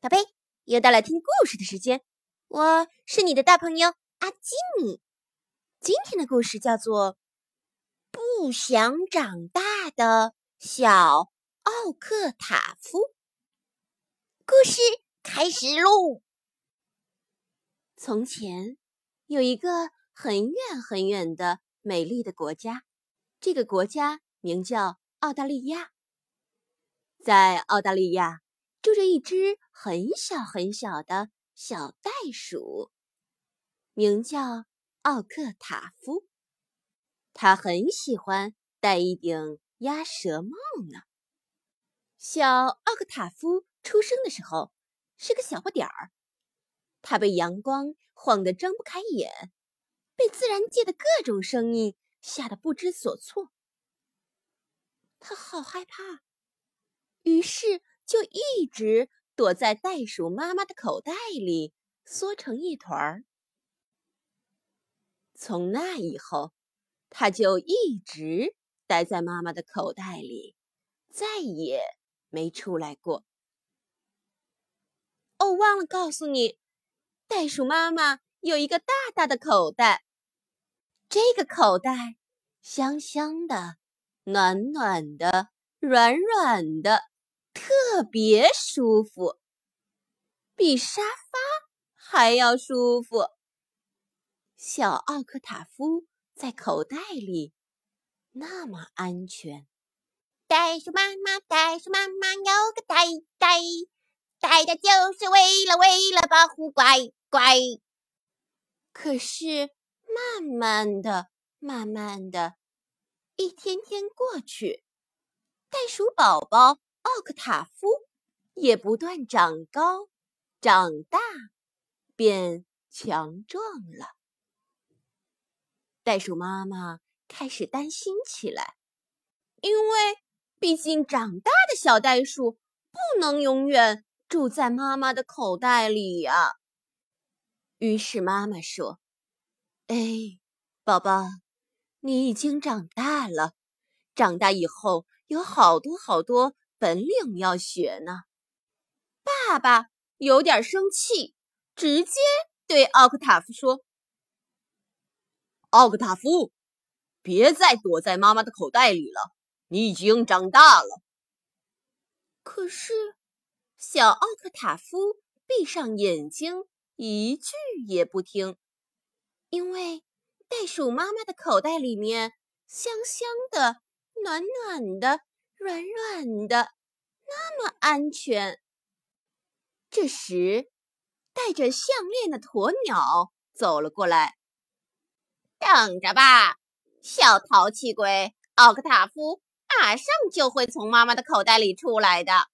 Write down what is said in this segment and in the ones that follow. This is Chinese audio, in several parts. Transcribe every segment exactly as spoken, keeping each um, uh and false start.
宝贝，又到了听故事的时间，我是你的大朋友阿基米。今天的故事叫做《不想长大的小奥克塔夫》。故事开始喽！从前有一个很远很远的美丽的国家，这个国家名叫澳大利亚。在澳大利亚住着一只很小很小的小袋鼠，名叫奥克塔夫。他很喜欢戴一顶鸭舌帽呢。小奥克塔夫出生的时候是个小不点儿，他被阳光晃得睁不开眼，被自然界的各种声音吓得不知所措。他好害怕，于是就一直躲在袋鼠妈妈的口袋里，缩成一团儿。从那以后，他就一直待在妈妈的口袋里，再也没出来过。哦，忘了告诉你，袋鼠妈妈有一个大大的口袋，这个口袋香香的、暖暖的、软软的，特别舒服，比沙发还要舒服。小奥克塔夫在口袋里那么安全。袋鼠妈妈，袋鼠妈妈有个袋袋，袋袋就是为了为了保护乖乖。可是慢慢的慢慢的一天天过去，袋鼠宝宝奥克塔夫也不断长高长大，变强壮了。袋鼠妈妈开始担心起来，因为毕竟长大的小袋鼠不能永远住在妈妈的口袋里呀。于是妈妈说：“哎，宝宝，你已经长大了，长大以后有好多好多本领要学呢。”爸爸有点生气，直接对奥克塔夫说：“奥克塔夫，别再躲在妈妈的口袋里了，你已经长大了。”可是，小奥克塔夫闭上眼睛，一句也不听，因为袋鼠妈妈的口袋里面香香的、暖暖的、软软的，那么安全。这时，戴着项链的鸵鸟走了过来。等着吧，小淘气鬼奥克塔夫马上就会从妈妈的口袋里出来的。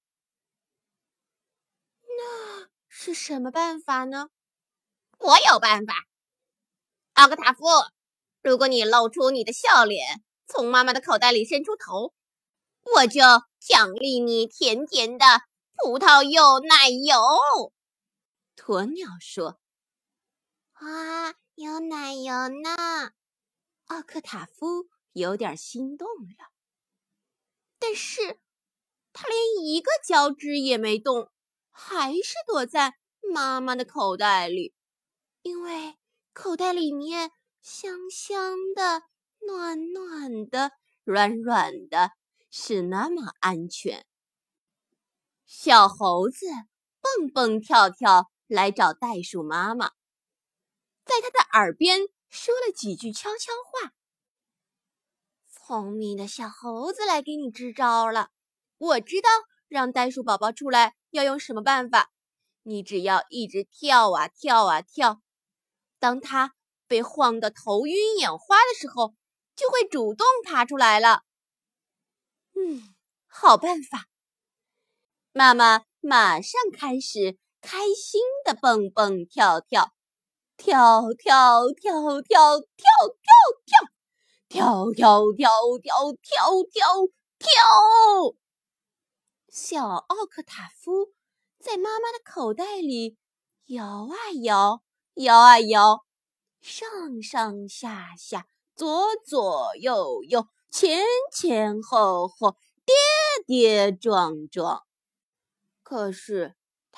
那是什么办法呢？我有办法。奥克塔夫，如果你露出你的笑脸，从妈妈的口袋里伸出头，我就奖励你甜甜的葡萄柚奶油。鸵鸟说：“啊，有奶油呢。”奥克塔夫有点心动了，但是他连一个脚趾也没动，还是躲在妈妈的口袋里，因为口袋里面香香的、暖暖的、软软的，是那么安全。小猴子蹦蹦跳跳来找袋鼠妈妈，在他的耳边说了几句悄悄话。聪明的小猴子来给你支招了，我知道让袋鼠宝宝出来要用什么办法。你只要一直跳啊跳啊跳，当他被晃得头晕眼花的时候，就会主动爬出来了。嗯，好办法。妈妈马上开始开心的蹦蹦跳跳，跳跳跳跳跳跳跳。跳跳跳跳跳跳跳！小奥克塔夫在妈妈的口袋里摇啊摇，摇啊摇，上上下下，左左右右，前前后后，跌跌撞撞。可是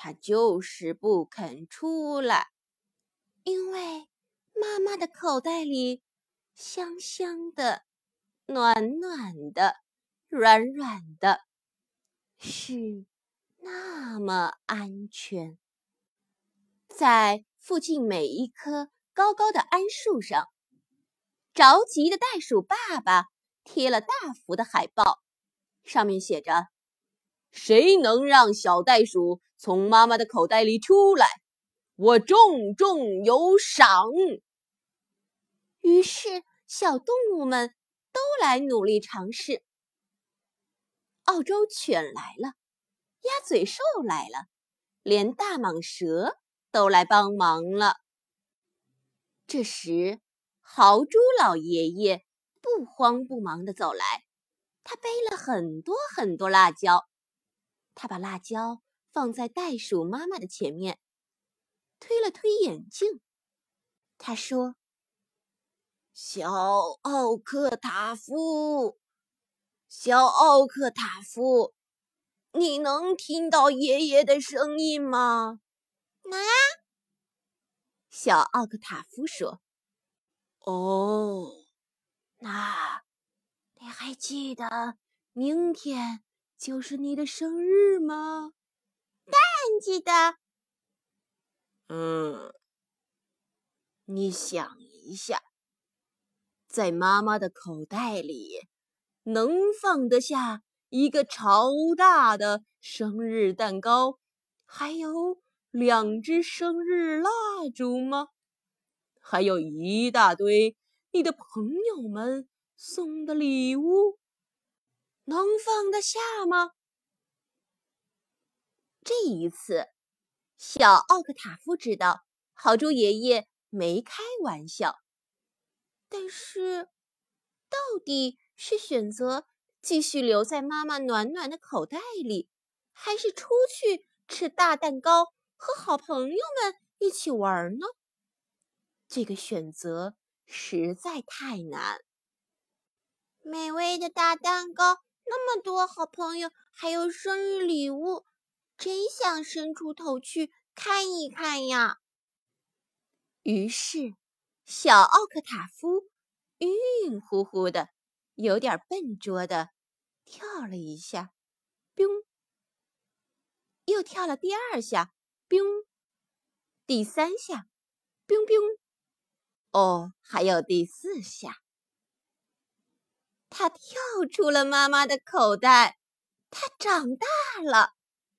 他就是不肯出来，因为妈妈的口袋里香香的、暖暖的、软软的，是那么安全。在附近每一棵高高的桉树上，着急的袋鼠爸爸贴了大幅的海报，上面写着：谁能让小袋鼠从妈妈的口袋里出来，我重重有赏。于是小动物们都来努力尝试。澳洲犬来了，鸭嘴兽来了，连大蟒蛇都来帮忙了。这时豪猪老爷爷不慌不忙地走来，他背了很多很多辣椒。他把辣椒放在袋鼠妈妈的前面，推了推眼镜。他说：小奥克塔夫，小奥克塔夫，你能听到爷爷的声音吗？ 能啊。 小奥克塔夫说：哦，那你还记得明天就是你的生日吗？ 当然记得。 嗯，你想一下，在妈妈的口袋里能放得下一个超大的生日蛋糕，还有两支生日蜡烛吗？还有一大堆你的朋友们送的礼物，能放得下吗？这一次，小奥克塔夫知道豪猪爷爷没开玩笑，但是到底是选择继续留在妈妈暖暖的口袋里，还是出去吃大蛋糕和好朋友们一起玩呢？这个选择实在太难。 美味的大蛋糕，那么多好朋友，还有生日礼物，真想伸出头去看一看呀。 于是小奥克塔夫晕晕乎乎的，有点笨拙的跳了一下，冰，又跳了第二下，冰，第三下，冰冰，哦，还有第四下。他跳出了妈妈的口袋，他长大了。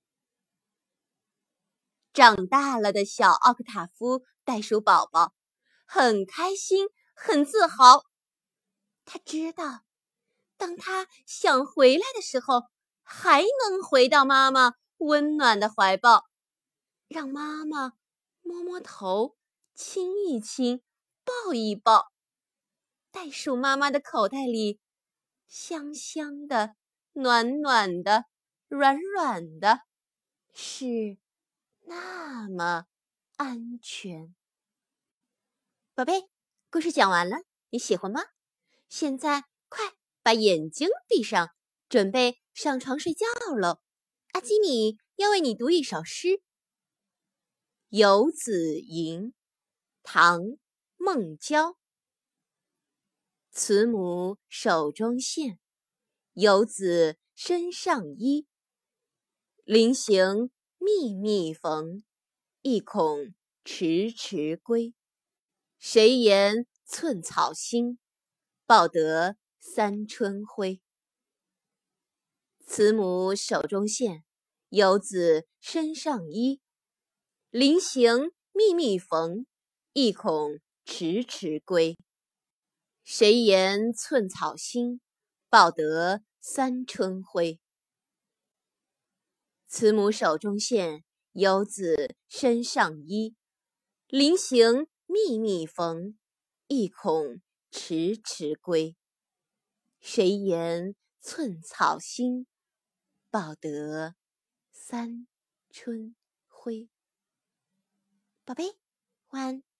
长大了的小奥克塔夫袋鼠宝宝很开心，很自豪。他知道，当他想回来的时候，还能回到妈妈温暖的怀抱，让妈妈摸摸头，亲一亲，抱一抱。袋鼠妈妈的口袋里香香的、暖暖的、软软的，是那么安全。宝贝，故事讲完了，你喜欢吗？现在快把眼睛闭上，准备上床睡觉喽。阿基米要为你读一首诗，《游子吟》，唐·孟郊。慈母手中线，游子身上衣。临行密密缝，意恐迟迟归。谁言寸草心，报得三春晖。慈母手中线，游子身上衣。临行密密缝，意恐迟迟归。谁言寸草心，报得三春晖。慈母手中线，游子身上衣。临行密密缝，意恐迟迟归。谁言寸草心，报得三春晖。宝贝，晚安。